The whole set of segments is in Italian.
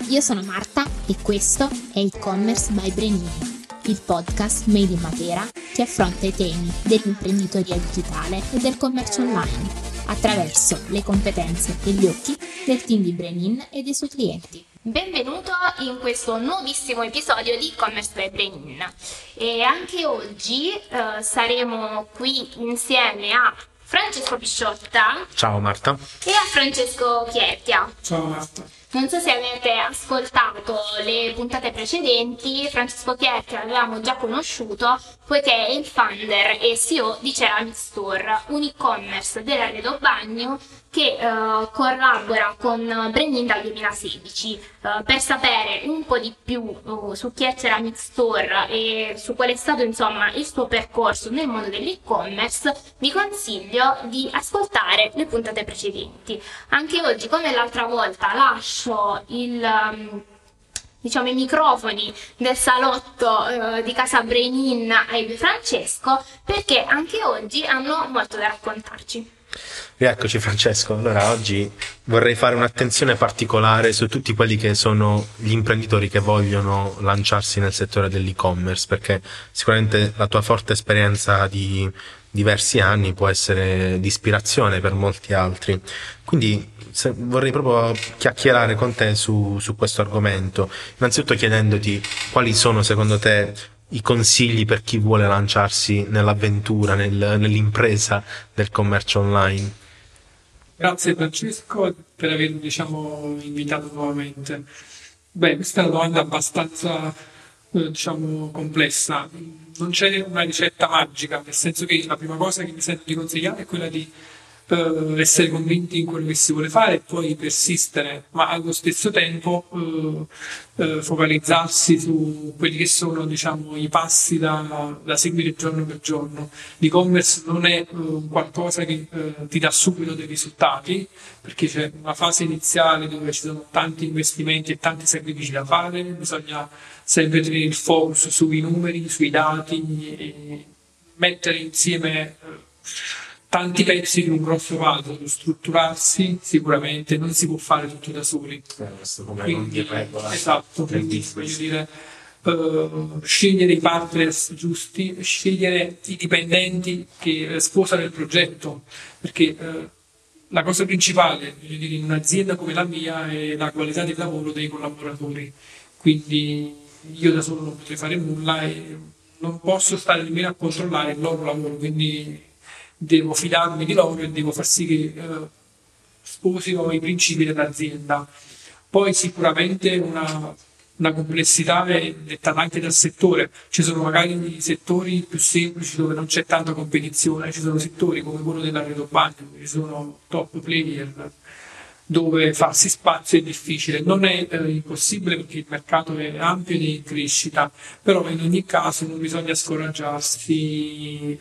io sono Marta e questo è E-Commerce by Brenin, il podcast made in Matera che affronta i temi dell'imprenditoria digitale e del commercio online attraverso le competenze e gli occhi del team di Brenin e dei suoi clienti. Benvenuto in questo nuovissimo episodio di E-Commerce by Brenin e anche oggi saremo qui insieme a Francesco Pisciotta. Ciao Marta. E a Francesco Chierchia. Ciao Marta. Non so se avete ascoltato le puntate precedenti, Francesco Chierchia l'avevamo già conosciuto poiché è il founder e CEO di Ceramic Store, un e-commerce dell'arredo bagno che collabora con Brenin dal 2016. Per sapere un po' di più su chi è Ceramic Store e su qual è stato insomma il suo percorso nel mondo dell'e-commerce, vi consiglio di ascoltare le puntate precedenti. Anche oggi, come l'altra volta, lascio i microfoni del salotto di casa Brenin ai Francesco, perché anche oggi hanno molto da raccontarci. Rieccoci Francesco, allora oggi vorrei fare un'attenzione particolare su tutti quelli che sono gli imprenditori che vogliono lanciarsi nel settore dell'e-commerce, perché sicuramente la tua forte esperienza di diversi anni può essere di ispirazione per molti altri. Quindi vorrei proprio chiacchierare con te su questo argomento, innanzitutto chiedendoti quali sono secondo te i consigli per chi vuole lanciarsi nell'avventura, nell'impresa del commercio online. Grazie Francesco per avermi invitato nuovamente. Questa è una domanda abbastanza complessa. Non c'è una ricetta magica, nel senso che la prima cosa che mi sento di consigliare è quella di essere convinti in quello che si vuole fare e poi persistere, ma allo stesso tempo focalizzarsi su quelli che sono i passi da seguire giorno per giorno. L'e-commerce non è qualcosa che ti dà subito dei risultati, perché c'è una fase iniziale dove ci sono tanti investimenti e tanti sacrifici da fare, bisogna sempre tenere il focus sui numeri, sui dati e mettere insieme tanti pezzi di un grosso puzzle, strutturarsi sicuramente, non si può fare tutto da soli. Quindi, esatto, quindi voglio dire, scegliere i partner giusti, scegliere i dipendenti che sposano il progetto, perché la cosa principale, voglio dire, in un'azienda come la mia è la qualità del lavoro dei collaboratori. Quindi io da solo non potrei fare nulla e non posso stare nemmeno a controllare il loro lavoro, quindi devo fidarmi di loro e devo far sì che sposino i principi dell'azienda. Poi sicuramente una complessità è dettata anche dal settore. Ci sono magari settori più semplici dove non c'è tanta competizione, ci sono settori come quello dell'arredo bagno, dove ci sono top player, dove farsi spazio è difficile. Non è impossibile perché il mercato è ampio ed è in crescita, però in ogni caso non bisogna scoraggiarsi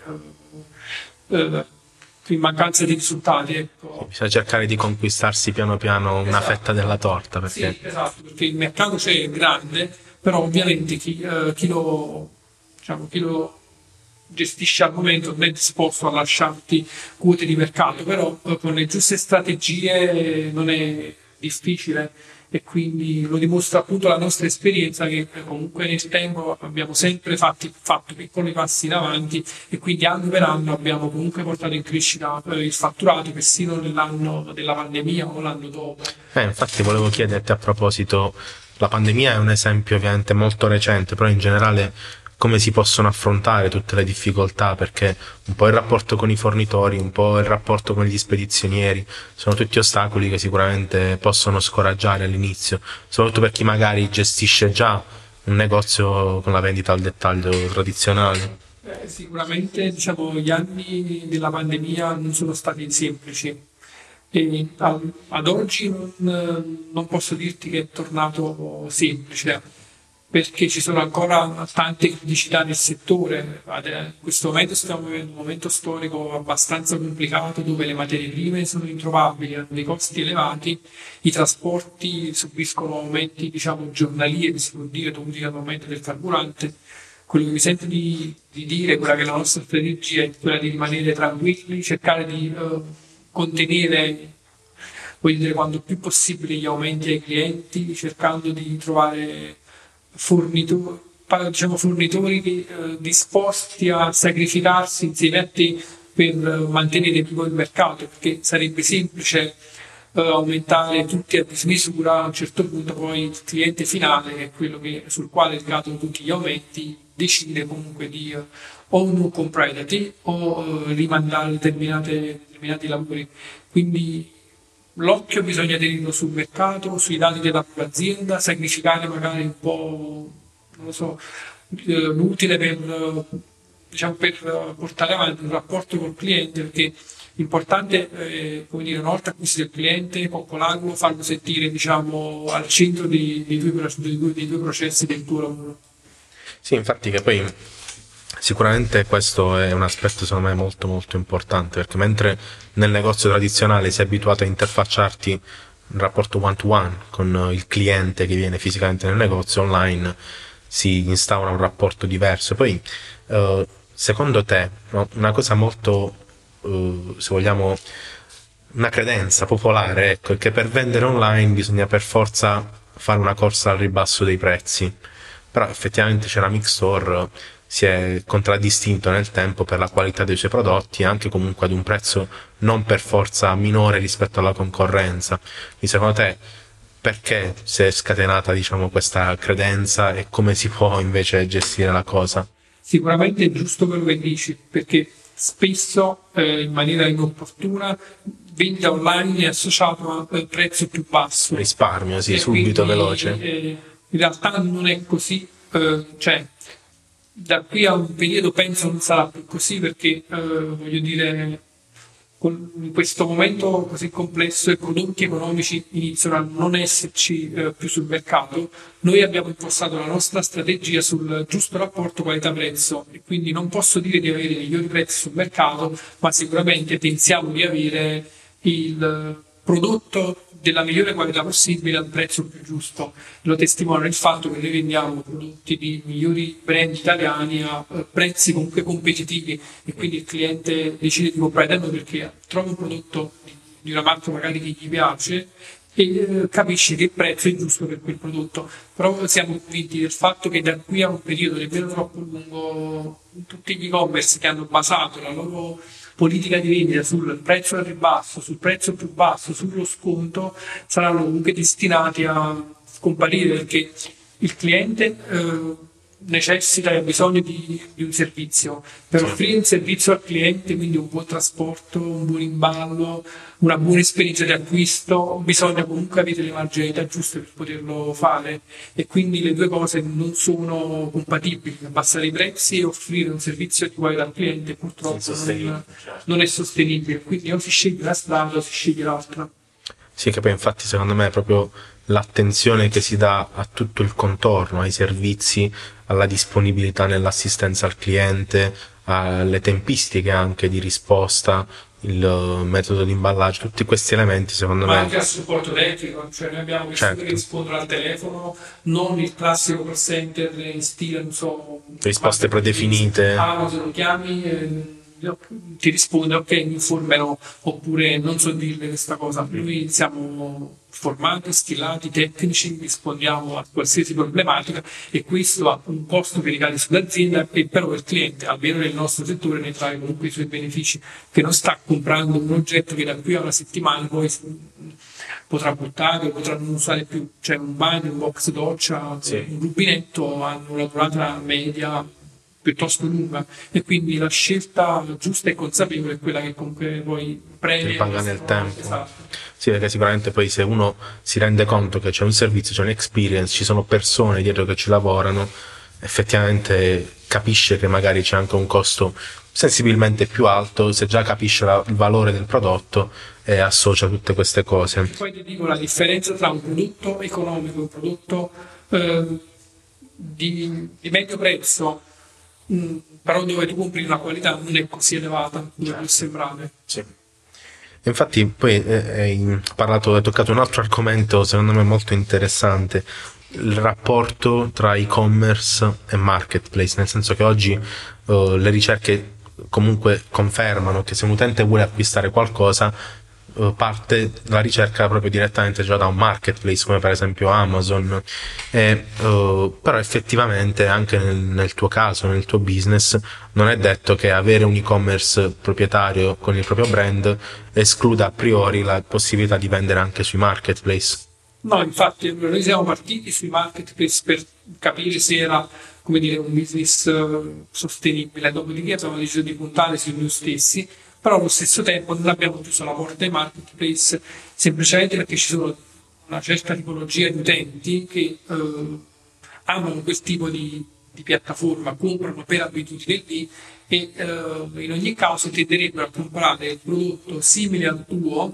in mancanza di risultati. Ecco. Bisogna cercare di conquistarsi piano piano una fetta della torta. Perché... Sì, esatto, perché il mercato c'è grande, però ovviamente chi lo gestisce al momento non è disposto a lasciarti quote di mercato, però con le giuste strategie non è difficile e quindi lo dimostra appunto la nostra esperienza che comunque nel tempo abbiamo sempre fatto piccoli passi in avanti e quindi anno per anno abbiamo comunque portato in crescita il fatturato persino nell'anno della pandemia o l'anno dopo. Infatti volevo chiederti a proposito, la pandemia è un esempio ovviamente molto recente, però in generale come si possono affrontare tutte le difficoltà, perché un po' il rapporto con i fornitori, un po' il rapporto con gli spedizionieri, sono tutti ostacoli che sicuramente possono scoraggiare all'inizio, soprattutto per chi magari gestisce già un negozio con la vendita al dettaglio tradizionale. Sicuramente gli anni della pandemia non sono stati semplici e ad oggi non posso dirti che è tornato semplice, perché ci sono ancora tante criticità nel settore. In questo momento stiamo vivendo un momento storico abbastanza complicato dove le materie prime sono introvabili, hanno dei costi elevati, i trasporti subiscono aumenti giornalieri, si può dire, dovuti all'aumento del carburante. Quello che mi sento di dire, quella che è la nostra strategia, è quella di rimanere tranquilli, cercare di contenere voglio dire, quando più possibile gli aumenti ai clienti, cercando di trovare fornitori disposti a sacrificarsi insieme a te per mantenere vivo il mercato, perché sarebbe semplice aumentare tutti a dismisura. A un certo punto poi il cliente finale, che è quello sul quale ricadono tutti gli aumenti, decide comunque di o non comprare da te o rimandare determinati lavori. Quindi l'occhio bisogna tenerlo sul mercato, sui dati della tua azienda, sacrificare magari un po', non lo so, l'utile diciamo, per portare avanti un rapporto col cliente, perché l'importante è, come dire, una volta acquisito il cliente, coccolarlo, farlo sentire, diciamo, al centro dei tuoi processi, del tuo lavoro. Sì, infatti, che poi sicuramente questo è un aspetto secondo me molto molto importante, perché mentre nel negozio tradizionale sei abituato a interfacciarti in rapporto one to one con il cliente che viene fisicamente nel negozio, online si instaura un rapporto diverso. Poi secondo te, no, una cosa molto se vogliamo una credenza popolare, ecco, è che per vendere online bisogna per forza fare una corsa al ribasso dei prezzi. Però effettivamente Ceramic Store si è contraddistinto nel tempo per la qualità dei suoi prodotti, anche comunque ad un prezzo non per forza minore rispetto alla concorrenza. Quindi secondo te perché si è scatenata, diciamo, questa credenza e come si può invece gestire la cosa? Sicuramente è giusto quello che dici, perché spesso in maniera inopportuna vendita online è associato a prezzo più basso. Risparmio, sì, E subito, quindi, veloce. in realtà non è così, cioè da qui a un periodo penso non sarà più così, perché voglio dire, in questo momento così complesso i prodotti economici iniziano a non esserci più sul mercato. Noi abbiamo impostato la nostra strategia sul giusto rapporto qualità-prezzo, e quindi non posso dire di avere i migliori prezzi sul mercato, ma sicuramente pensiamo di avere il prodotto della migliore qualità possibile al prezzo più giusto. Lo testimonia il fatto che noi vendiamo prodotti di migliori brand italiani a prezzi comunque competitivi, e quindi il cliente decide di comprare da noi perché trova un prodotto di una marca magari che gli piace e capisce che il prezzo è giusto per quel prodotto. Però siamo convinti del fatto che da qui a un periodo nemmeno troppo lungo tutti gli e-commerce che hanno basato la loro politica di vendita sul prezzo al ribasso, sul prezzo più basso, sullo sconto, saranno comunque destinati a scomparire, perché il cliente necessita e ha bisogno di un servizio. Per offrire un servizio al cliente, quindi un buon trasporto, un buon imballo, una buona esperienza di acquisto, bisogna comunque avere le marginalità giuste per poterlo fare, e quindi le due cose non sono compatibili. Abbassare i prezzi e offrire un servizio di qualità al cliente purtroppo non è sostenibile, quindi o si sceglie una strada o si sceglie l'altra. Sì, che poi infatti secondo me è proprio l'attenzione che si dà a tutto il contorno, ai servizi, alla disponibilità nell'assistenza al cliente, alle tempistiche anche di risposta, il metodo di imballaggio, tutti questi elementi secondo Ma me. anche al supporto tecnico, cioè noi abbiamo persone Certo. che rispondono al telefono, non il classico call center in stile, non so, Risposte predefinite. Amazon, lo chiami, ti risponde, ok, mi informerò, oppure non so dirle questa cosa. Noi siamo formati, skillati, tecnici, rispondiamo a qualsiasi problematica, e questo ha un costo che ricade sull'azienda, e però il cliente, almeno nel nostro settore, ne trae comunque i suoi benefici, che non sta comprando un oggetto che da qui a una settimana poi potrà buttare o potrà non usare più. Cioè un bagno, un box doccia, un rubinetto hanno una durata media piuttosto lunga, e quindi la scelta giusta e consapevole è quella che comunque poi premia, Che paga nel tempo. Esatto. Sì, perché sicuramente poi se uno si rende conto che c'è un servizio, c'è un'experience, ci sono persone dietro che ci lavorano, effettivamente capisce che magari c'è anche un costo sensibilmente più alto, se già capisce il valore del prodotto e associa tutte queste cose. Poi ti dico la differenza tra un prodotto economico e un prodotto di medio prezzo, però dove tu compri una qualità non è così elevata come può sembrare. Sì. Infatti poi hai toccato un altro argomento secondo me molto interessante, il rapporto tra e-commerce e marketplace, nel senso che oggi le ricerche comunque confermano che se un utente vuole acquistare qualcosa, parte la ricerca proprio direttamente già da un marketplace come per esempio Amazon, però effettivamente anche nel tuo caso, nel tuo business, non è detto che avere un e-commerce proprietario con il proprio brand escluda a priori la possibilità di vendere anche sui marketplace. No, infatti noi siamo partiti sui marketplace per capire se era, come dire, un business sostenibile, dopodiché abbiamo deciso di puntare su noi stessi, però allo stesso tempo non abbiamo chiuso la porta ai marketplace semplicemente perché ci sono una certa tipologia di utenti che amano quel tipo di piattaforma, comprano per abitudine lì e in ogni caso tenderebbero a comprare il prodotto simile al tuo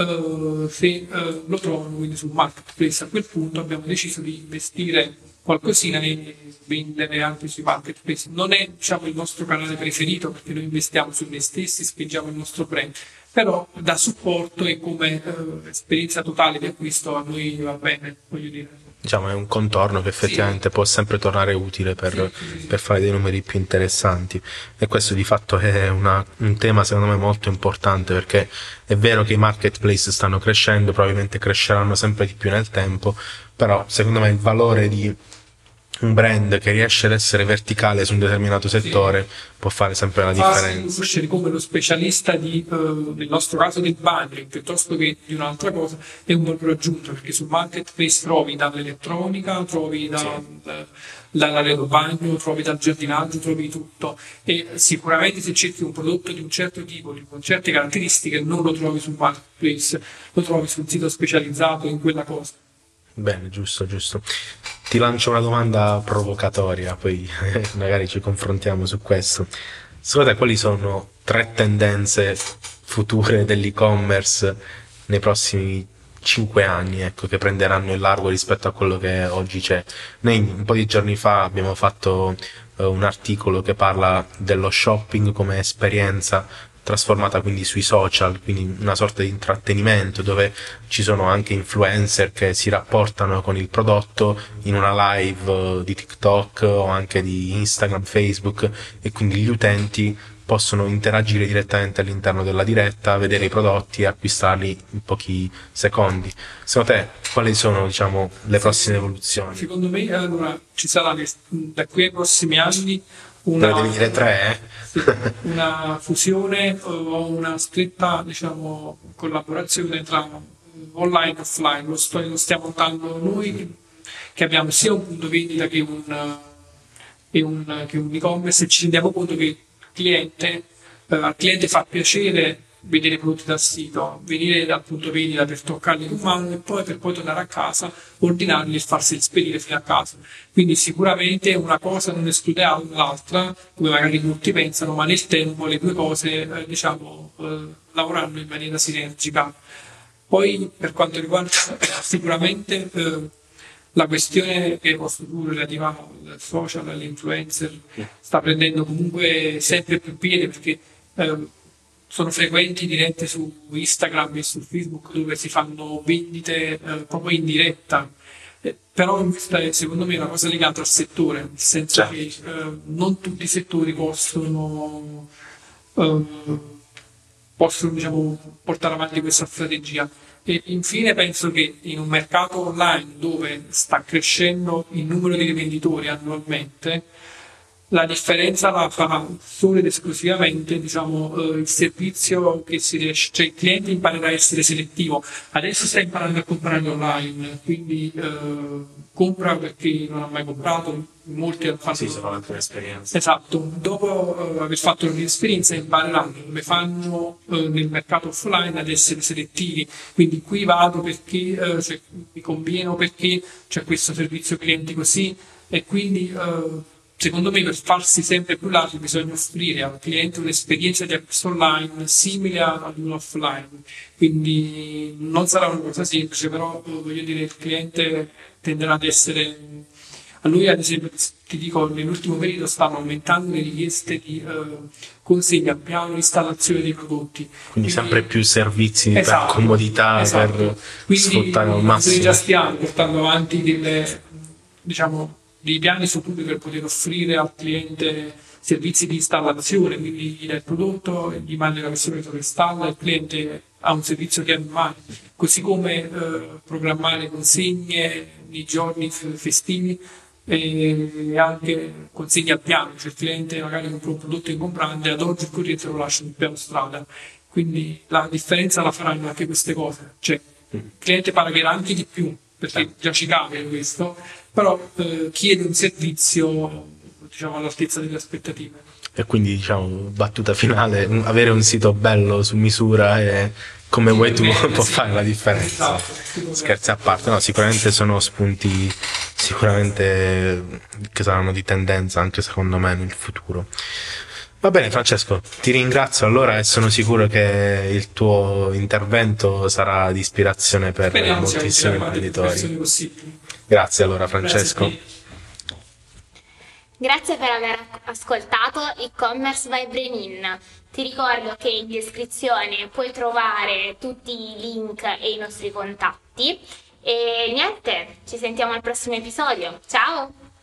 se lo trovano quindi sul marketplace. A quel punto abbiamo deciso di investire qualcosina e vendere anche sui marketplace. Non è, diciamo, il nostro canale preferito perché noi investiamo su noi stessi, spingiamo il nostro brand, però da supporto e come esperienza totale di acquisto a noi va bene, voglio dire. Diciamo, è un contorno che effettivamente può sempre tornare utile per fare dei numeri più interessanti, e questo di fatto è un tema secondo me molto importante, perché è vero che i marketplace stanno crescendo, probabilmente cresceranno sempre di più nel tempo, però secondo me il valore di un brand che riesce ad essere verticale su un determinato settore può fare sempre la differenza. Conoscere come lo specialista nel nostro caso del bagno piuttosto che di un'altra cosa è un valore aggiunto, perché sul marketplace trovi dall'elettronica, trovi dall'arredo bagno, trovi dal giardinaggio, trovi tutto, e sicuramente se cerchi un prodotto di un certo tipo, con certe caratteristiche, non lo trovi sul marketplace, lo trovi sul sito specializzato in quella cosa. Bene, giusto. Ti lancio una domanda provocatoria, poi magari ci confrontiamo su questo. Secondo te quali sono 3 tendenze future dell'e-commerce nei prossimi 5 anni, ecco, che prenderanno il largo rispetto a quello che oggi c'è? Noi un po' di giorni fa abbiamo fatto un articolo che parla dello shopping come esperienza trasformata quindi sui social, quindi una sorta di intrattenimento dove ci sono anche influencer che si rapportano con il prodotto in una live di TikTok o anche di Instagram, Facebook, e quindi gli utenti possono interagire direttamente all'interno della diretta, vedere i prodotti e acquistarli in pochi secondi. Secondo te quali sono, diciamo, le prossime evoluzioni? Secondo me allora ci sarà da qui ai prossimi anni Però devi dire 3, una fusione o una stretta, diciamo, collaborazione tra online e offline. Lo stiamo notando noi che abbiamo sia un punto vendita che un e-commerce, e ci rendiamo conto che al cliente fa piacere vedere i prodotti dal sito, venire dal punto vendita per toccarli con mano e poi per poi tornare a casa, ordinarli e farsi spedire fino a casa. Quindi sicuramente una cosa non esclude l'altra, come magari molti pensano, ma nel tempo le due cose lavoreranno in maniera sinergica. Poi per quanto riguarda sicuramente la questione che posto tu relativa al social, all'influencer, sta prendendo comunque sempre più piede, perché sono frequenti dirette su Instagram e su Facebook dove si fanno vendite proprio in diretta. Però questa è secondo me una cosa legata al settore, nel senso che non tutti i settori possono diciamo, portare avanti questa strategia. E infine penso che in un mercato online dove sta crescendo il numero di rivenditori annualmente, la differenza la fa solo ed esclusivamente, diciamo, il servizio che si riesce, cioè il cliente imparerà a essere selettivo. Adesso sta imparando a comprare online, quindi compra perché non ha mai comprato, molti hanno fatto. Sì, sono anche un'esperienza. Esatto, dopo aver fatto l'esperienza impareranno come fanno nel mercato offline ad essere selettivi. Quindi qui vado perché mi conviene o perché c'è questo servizio clienti così, e quindi secondo me per farsi sempre più largo bisogna offrire al cliente un'esperienza di acquisto online simile ad una offline. Quindi non sarà una cosa semplice, però voglio dire, il cliente tenderà ad essere. A lui ad esempio ti dico, nell'ultimo periodo stanno aumentando le richieste di consegna, piano, installazione dei prodotti. Quindi sempre più servizi Esatto, per comodità, esatto. per Quindi sfruttare al noi massimo. già stiamo portando avanti dei piani futuri per poter offrire al cliente servizi di installazione, quindi gli dà il prodotto, gli manda la persona che lo installa, il cliente a un servizio che è normale, così come programmare consegne nei giorni festivi e anche consegne al piano, cioè il cliente magari compra un prodotto ingombrante, ad oggi il corriere lo lascia sul piano strada, quindi la differenza la faranno anche queste cose, cioè il cliente pagherà anche di più perché già ci cambia questo, però chiede un servizio diciamo all'altezza delle aspettative. E quindi, diciamo, battuta finale, avere un sito bello su misura e come vuoi tu può fare la differenza. Esatto. Scherzi a parte, no, sicuramente sono spunti sicuramente che saranno di tendenza anche secondo me nel futuro. Va bene Francesco, ti ringrazio allora e sono sicuro che il tuo intervento sarà di ispirazione per Speriamo sia moltissimi utile a quante imprenditori. persone possibili. Grazie allora Francesco. Grazie a te. Grazie per aver ascoltato e-commerce by Brenin. Ti ricordo che in descrizione puoi trovare tutti i link e i nostri contatti. E niente, ci sentiamo al prossimo episodio. Ciao!